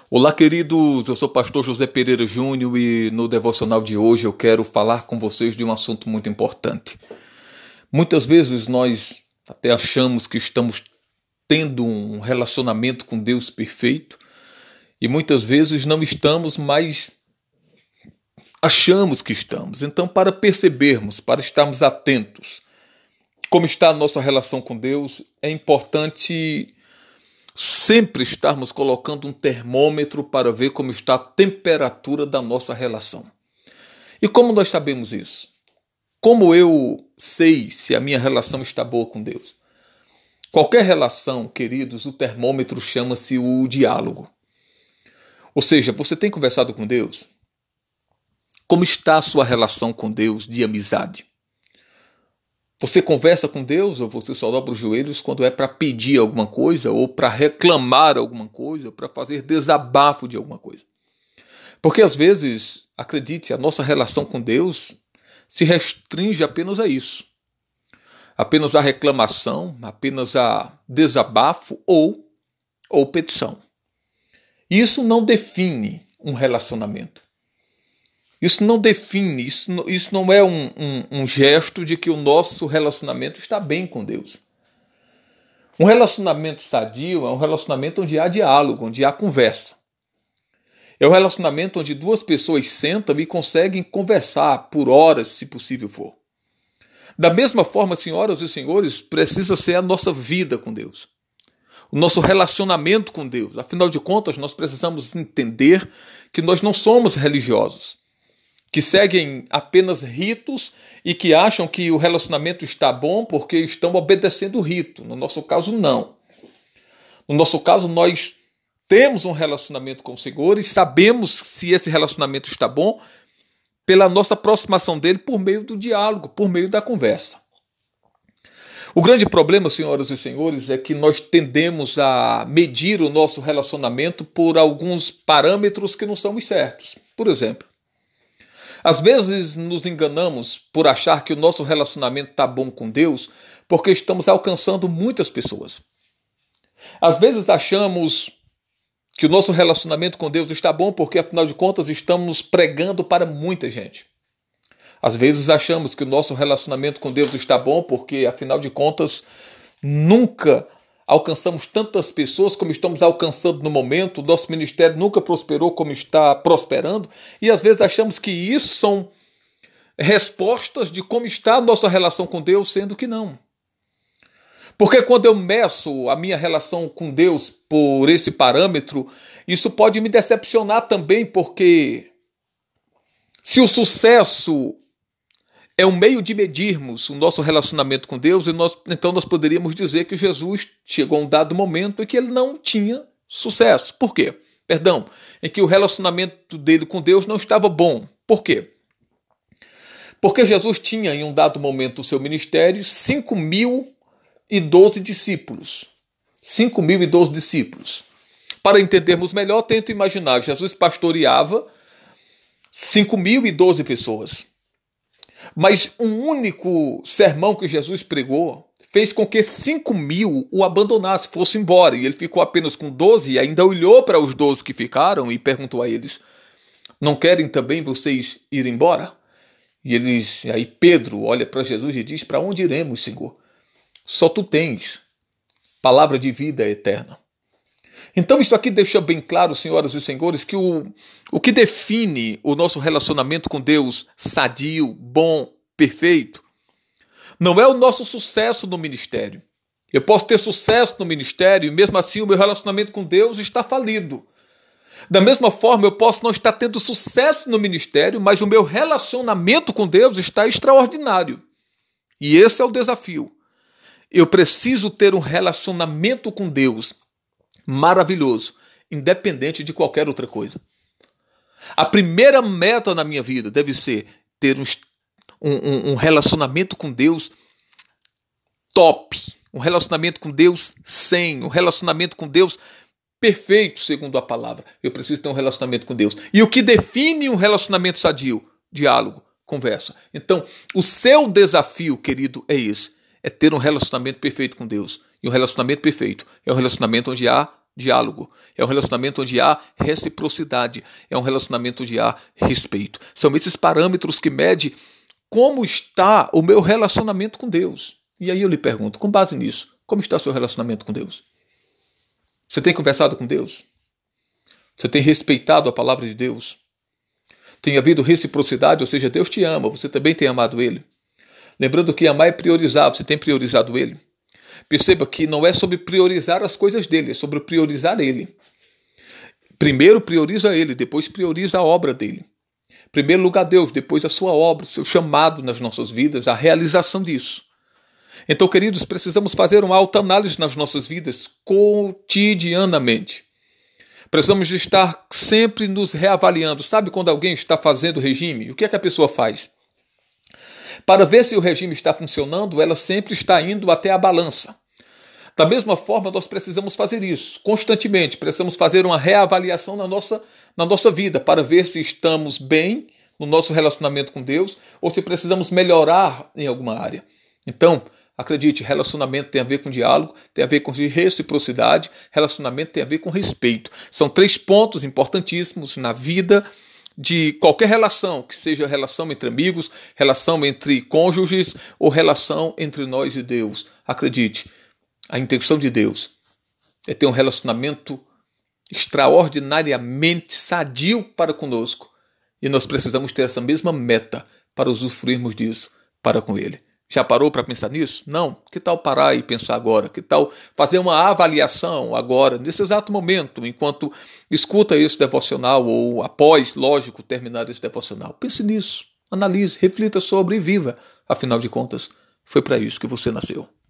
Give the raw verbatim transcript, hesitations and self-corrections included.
Olá, queridos, eu sou o pastor José Pereira Júnior e no devocional de hoje eu quero falar com vocês de um assunto muito importante. Muitas vezes nós até achamos que estamos tendo um relacionamento com Deus perfeito e muitas vezes não estamos, mas achamos que estamos. Então, para percebermos, para estarmos atentos como está a nossa relação com Deus, é importante sempre estarmos colocando um termômetro para ver como está a temperatura da nossa relação. E como nós sabemos isso? Como eu sei se a minha relação está boa com Deus? Qualquer relação, queridos, o termômetro chama-se o diálogo. Ou seja, você tem conversado com Deus? Como está a sua relação com Deus de amizade? Você conversa com Deus ou você só dobra os joelhos quando é para pedir alguma coisa ou para reclamar alguma coisa, ou para fazer desabafo de alguma coisa? Porque às vezes, acredite, a nossa relação com Deus se restringe apenas a isso. Apenas a reclamação, apenas a desabafo ou, ou petição. Isso não define um relacionamento. Isso não define, isso não, isso não é um, um, um gesto de que o nosso relacionamento está bem com Deus. Um relacionamento sadio é um relacionamento onde há diálogo, onde há conversa. É um relacionamento onde duas pessoas sentam e conseguem conversar por horas, se possível for. Da mesma forma, senhoras e senhores, precisa ser a nossa vida com Deus. O nosso relacionamento com Deus. Afinal de contas, nós precisamos entender que nós não somos religiosos, que seguem apenas ritos e que acham que o relacionamento está bom porque estão obedecendo o rito. No nosso caso, não. No nosso caso, nós temos um relacionamento com o Senhor e sabemos se esse relacionamento está bom pela nossa aproximação dele por meio do diálogo, por meio da conversa. O grande problema, senhoras e senhores, é que nós tendemos a medir o nosso relacionamento por alguns parâmetros que não são os certos. Por exemplo, às vezes nos enganamos por achar que o nosso relacionamento está bom com Deus porque estamos alcançando muitas pessoas. Às vezes achamos que o nosso relacionamento com Deus está bom porque, afinal de contas, estamos pregando para muita gente. Às vezes achamos que o nosso relacionamento com Deus está bom porque, afinal de contas, nunca alcançamos tantas pessoas como estamos alcançando no momento, o nosso ministério nunca prosperou como está prosperando, e às vezes achamos que isso são respostas de como está a nossa relação com Deus, sendo que não. Porque quando eu meço a minha relação com Deus por esse parâmetro, isso pode me decepcionar também, porque se o sucesso é um meio de medirmos o nosso relacionamento com Deus, e nós, então nós poderíamos dizer que Jesus chegou a um dado momento em que ele não tinha sucesso. Por quê? Perdão, em que o relacionamento dele com Deus não estava bom. Por quê? Porque Jesus tinha, em um dado momento do seu ministério, cinco mil e doze discípulos. cinco mil e doze discípulos. Para entendermos melhor, tento imaginar, Jesus pastoreava cinco mil e doze pessoas. Mas um único sermão que Jesus pregou fez com que cinco mil o abandonassem, fossem embora. E ele ficou apenas com doze e ainda olhou para os doze que ficaram e perguntou a eles: não querem também vocês ir embora? E eles, aí Pedro olha para Jesus e diz: para onde iremos, Senhor? Só tu tens palavra de vida eterna. Então isso aqui deixa bem claro, senhoras e senhores, que o, o que define o nosso relacionamento com Deus sadio, bom, perfeito, não é o nosso sucesso no ministério. Eu posso ter sucesso no ministério e mesmo assim o meu relacionamento com Deus está falido. Da mesma forma, eu posso não estar tendo sucesso no ministério, mas o meu relacionamento com Deus está extraordinário. E esse é o desafio. Eu preciso ter um relacionamento com Deus maravilhoso, independente de qualquer outra coisa. A primeira meta na minha vida deve ser ter um, um, um relacionamento com Deus top, um relacionamento com Deus cem, um relacionamento com Deus perfeito, segundo a palavra. Eu preciso ter um relacionamento com Deus. E o que define um relacionamento sadio? Diálogo, conversa. Então, o seu desafio, querido, é esse. É ter um relacionamento perfeito com Deus. E um relacionamento perfeito é um relacionamento onde há diálogo, é um relacionamento onde há reciprocidade, é um relacionamento onde há respeito. São esses parâmetros que medem como está o meu relacionamento com Deus. E aí eu lhe pergunto, com base nisso, como está o seu relacionamento com Deus? Você tem conversado com Deus? Você tem respeitado a palavra de Deus? Tem havido reciprocidade, ou seja, Deus te ama, você também tem amado Ele. Lembrando que amar é priorizar, você tem priorizado Ele. Perceba que não é sobre priorizar as coisas dele, é sobre priorizar Ele. Primeiro prioriza Ele, depois prioriza a obra dele. Primeiro lugar Deus, depois a sua obra, seu chamado nas nossas vidas, a realização disso. Então, queridos, precisamos fazer uma autoanálise nas nossas vidas cotidianamente. Precisamos estar sempre nos reavaliando. Sabe quando alguém está fazendo regime? O que é que a pessoa faz? Para ver se o regime está funcionando, ela sempre está indo até a balança. Da mesma forma, nós precisamos fazer isso constantemente. Precisamos fazer uma reavaliação na nossa, na nossa vida para ver se estamos bem no nosso relacionamento com Deus ou se precisamos melhorar em alguma área. Então, acredite, relacionamento tem a ver com diálogo, tem a ver com reciprocidade, relacionamento tem a ver com respeito. São três pontos importantíssimos na vida de qualquer relação, que seja relação entre amigos, relação entre cônjuges ou relação entre nós e Deus. Acredite, a intenção de Deus é ter um relacionamento extraordinariamente sadio para conosco. E nós precisamos ter essa mesma meta para usufruirmos disso para com Ele. Já parou para pensar nisso? Não? Que tal parar e pensar agora? Que tal fazer uma avaliação agora, nesse exato momento, enquanto escuta esse devocional ou após, lógico, terminar esse devocional? Pense nisso, analise, reflita sobre e viva. Afinal de contas, foi para isso que você nasceu.